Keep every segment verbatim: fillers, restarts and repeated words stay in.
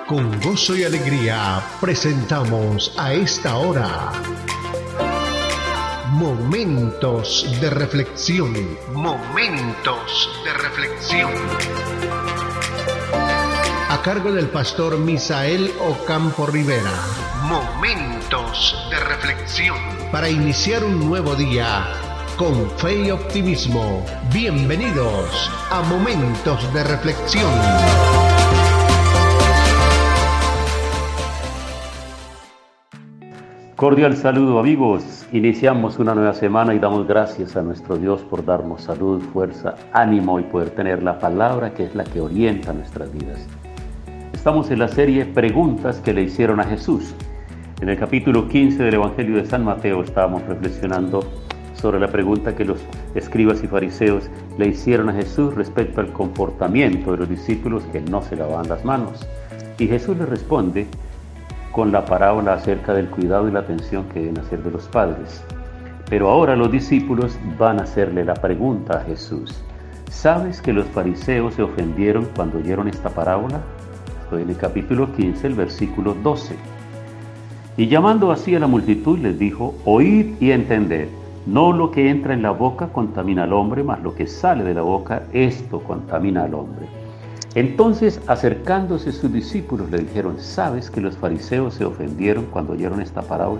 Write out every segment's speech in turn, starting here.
Con gozo y alegría presentamos a esta hora Momentos de Reflexión. Momentos de Reflexión. A cargo del pastor Misael Ocampo Rivera. Momentos de Reflexión. Para iniciar un nuevo día con fe y optimismo. Bienvenidos a Momentos de Reflexión. Cordial saludo, amigos. Iniciamos una nueva semana y damos gracias a nuestro Dios por darnos salud, fuerza, ánimo y poder tener la palabra que es la que orienta nuestras vidas. Estamos en la serie Preguntas que le hicieron a Jesús. En el capítulo quince del Evangelio de San Mateo estábamos reflexionando sobre la pregunta que los escribas y fariseos le hicieron a Jesús respecto al comportamiento de los discípulos que no se lavaban las manos. Y Jesús les responde con la parábola acerca del cuidado y la atención que deben hacer de los padres. Pero ahora los discípulos van a hacerle la pregunta a Jesús. ¿Sabes que los fariseos se ofendieron cuando oyeron esta parábola? Estoy en el capítulo quince, el versículo doce. Y llamando así a la multitud les dijo: oíd y entended, no lo que entra en la boca contamina al hombre, mas lo que sale de la boca, esto contamina al hombre. Entonces, acercándose sus discípulos, le dijeron: ¿sabes que los fariseos se ofendieron cuando oyeron esta parábola?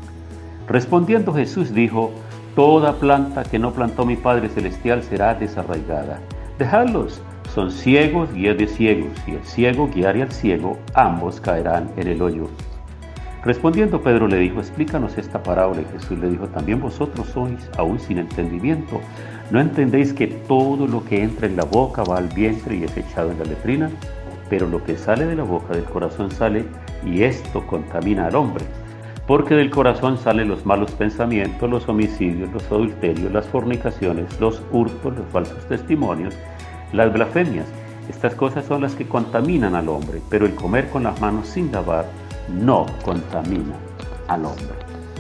Respondiendo Jesús dijo: toda planta que no plantó mi Padre Celestial será desarraigada. Dejadlos, son ciegos, guías de ciegos, y el ciego guiare al ciego, ambos caerán en el hoyo. Respondiendo Pedro le dijo: explícanos esta parábola. Y Jesús le dijo: también vosotros sois aún sin entendimiento. ¿No entendéis que todo lo que entra en la boca va al vientre y es echado en la letrina? Pero lo que sale de la boca del corazón sale, y esto contamina al hombre. Porque del corazón salen los malos pensamientos, los homicidios, los adulterios, las fornicaciones, los hurtos, los falsos testimonios, las blasfemias. Estas cosas son las que contaminan al hombre, pero el comer con las manos sin lavar no contamina al hombre.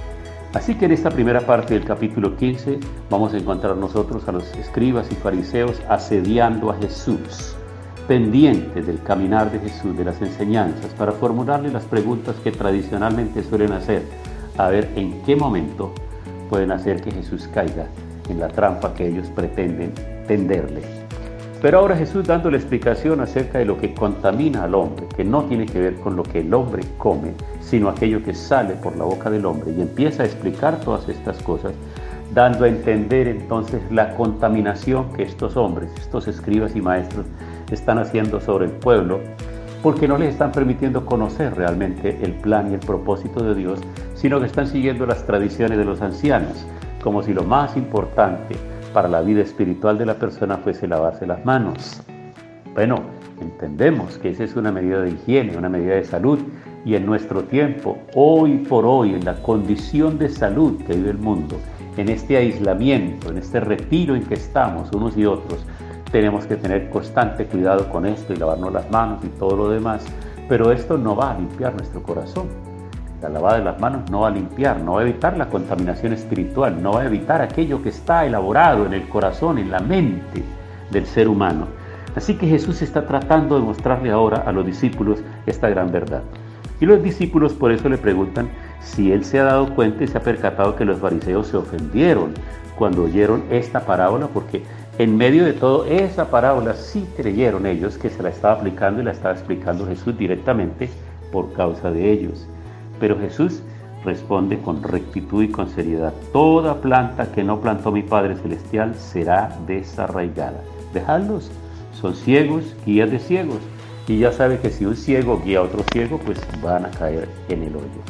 Así que en esta primera parte del capítulo quince vamos a encontrar nosotros a los escribas y fariseos asediando a Jesús, pendientes del caminar de Jesús, de las enseñanzas, para formularle las preguntas que tradicionalmente suelen hacer, a ver en qué momento pueden hacer que Jesús caiga en la trampa que ellos pretenden tenderle. Pero ahora Jesús dando la explicación acerca de lo que contamina al hombre, que no tiene que ver con lo que el hombre come, sino aquello que sale por la boca del hombre, y empieza a explicar todas estas cosas, dando a entender entonces la contaminación que estos hombres, estos escribas y maestros, están haciendo sobre el pueblo, porque no les están permitiendo conocer realmente el plan y el propósito de Dios, sino que están siguiendo las tradiciones de los ancianos, como si lo más importante para la vida espiritual de la persona fuese lavarse las manos. Bueno, entendemos que esa es una medida de higiene, una medida de salud, y en nuestro tiempo, hoy por hoy, en la condición de salud que vive el mundo, en este aislamiento, en este retiro en que estamos unos y otros, tenemos que tener constante cuidado con esto y lavarnos las manos y todo lo demás, pero esto no va a limpiar nuestro corazón. La lavada de las manos no va a limpiar, no va a evitar la contaminación espiritual, no va a evitar aquello que está elaborado en el corazón, en la mente del ser humano. Así que Jesús está tratando de mostrarle ahora a los discípulos esta gran verdad. Y los discípulos por eso le preguntan si él se ha dado cuenta y se ha percatado que los fariseos se ofendieron cuando oyeron esta parábola, porque en medio de todo esa parábola sí creyeron ellos que se la estaba aplicando y la estaba explicando Jesús directamente por causa de ellos. Pero Jesús responde con rectitud y con seriedad: toda planta que no plantó mi Padre Celestial será desarraigada. Dejadlos, son ciegos, guías de ciegos. Y ya sabe que si un ciego guía a otro ciego, pues van a caer en el hoyo.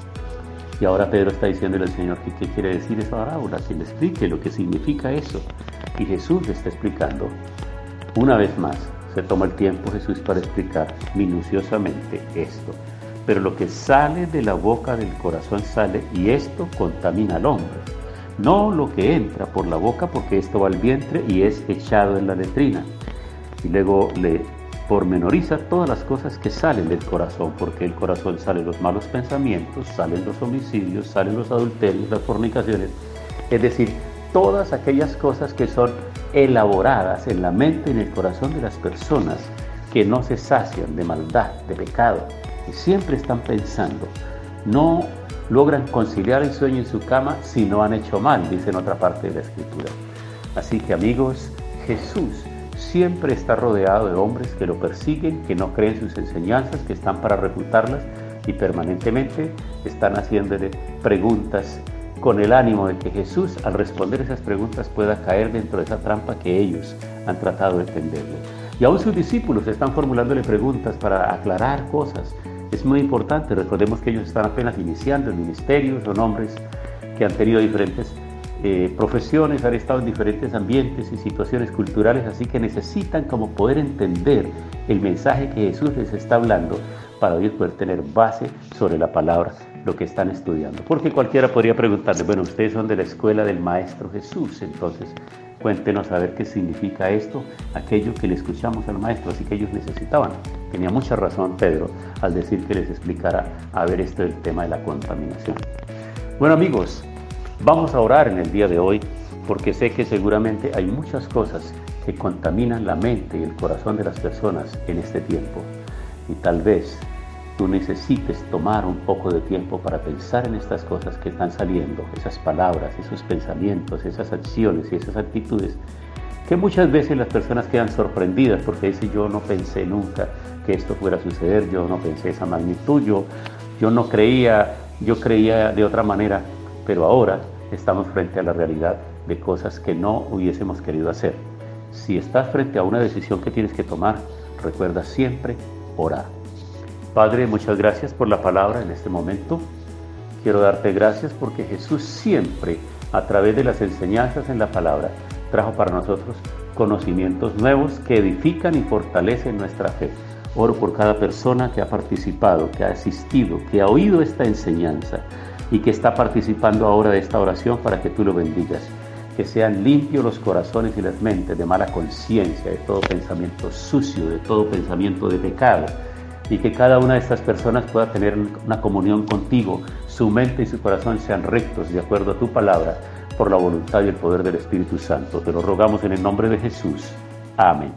Y ahora Pedro está diciéndole al Señor que qué quiere decir esa parábola, que le explique lo que significa eso. Y Jesús le está explicando. Una vez más, se toma el tiempo Jesús para explicar minuciosamente esto. Pero lo que sale de la boca del corazón sale, y esto contamina al hombre. No lo que entra por la boca, porque esto va al vientre y es echado en la letrina. Y luego le pormenoriza todas las cosas que salen del corazón, porque del corazón salen los malos pensamientos, salen los homicidios, salen los adulterios, las fornicaciones, es decir, todas aquellas cosas que son elaboradas en la mente y en el corazón de las personas que no se sacian de maldad, de pecado, y siempre están pensando. No logran conciliar el sueño en su cama si no han hecho mal, dice en otra parte de la Escritura. Así que, amigos, Jesús siempre está rodeado de hombres que lo persiguen, que no creen sus enseñanzas, que están para refutarlas y permanentemente están haciéndole preguntas con el ánimo de que Jesús, al responder esas preguntas, pueda caer dentro de esa trampa que ellos han tratado de tenderle. Y aún sus discípulos están formulándole preguntas para aclarar cosas. Es muy importante, recordemos que ellos están apenas iniciando el ministerio, son hombres que han tenido diferentes eh, profesiones, han estado en diferentes ambientes y situaciones culturales, así que necesitan como poder entender el mensaje que Jesús les está hablando para ellos poder tener base sobre la palabra, lo que están estudiando. Porque cualquiera podría preguntarle, bueno, ustedes son de la escuela del Maestro Jesús, entonces cuéntenos a ver qué significa esto, aquello que le escuchamos al Maestro, así que ellos necesitaban. Tenía mucha razón Pedro al decir que les explicara a ver esto del tema de la contaminación. Bueno, amigos, vamos a orar en el día de hoy, porque sé que seguramente hay muchas cosas que contaminan la mente y el corazón de las personas en este tiempo. Y tal vez tú necesites tomar un poco de tiempo para pensar en estas cosas que están saliendo, esas palabras, esos pensamientos, esas acciones y esas actitudes, que muchas veces las personas quedan sorprendidas porque dicen, yo no pensé nunca que esto fuera a suceder, yo no pensé esa magnitud, yo, yo no creía, yo creía de otra manera, pero ahora estamos frente a la realidad de cosas que no hubiésemos querido hacer. Si estás frente a una decisión que tienes que tomar, recuerda siempre orar. Padre, muchas gracias por la palabra en este momento. Quiero darte gracias porque Jesús siempre, a través de las enseñanzas en la palabra, trajo para nosotros conocimientos nuevos que edifican y fortalecen nuestra fe. Oro por cada persona que ha participado, que ha asistido, que ha oído esta enseñanza y que está participando ahora de esta oración para que tú lo bendigas. Que sean limpios los corazones y las mentes de mala conciencia, de todo pensamiento sucio, de todo pensamiento de pecado, y que cada una de estas personas pueda tener una comunión contigo, su mente y su corazón sean rectos de acuerdo a tu palabra, por la voluntad y el poder del Espíritu Santo. Te lo rogamos en el nombre de Jesús. Amén.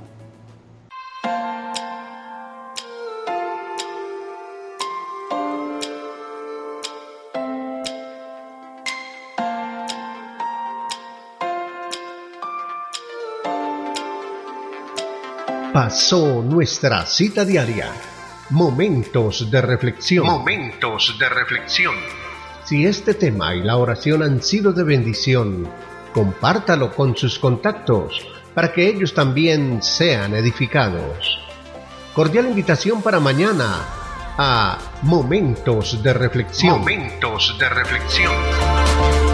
Pasó nuestra cita diaria. Momentos de reflexión. Momentos de reflexión. Si este tema y la oración han sido de bendición, compártalo con sus contactos para que ellos también sean edificados. Cordial invitación para mañana a Momentos de reflexión. Momentos de reflexión.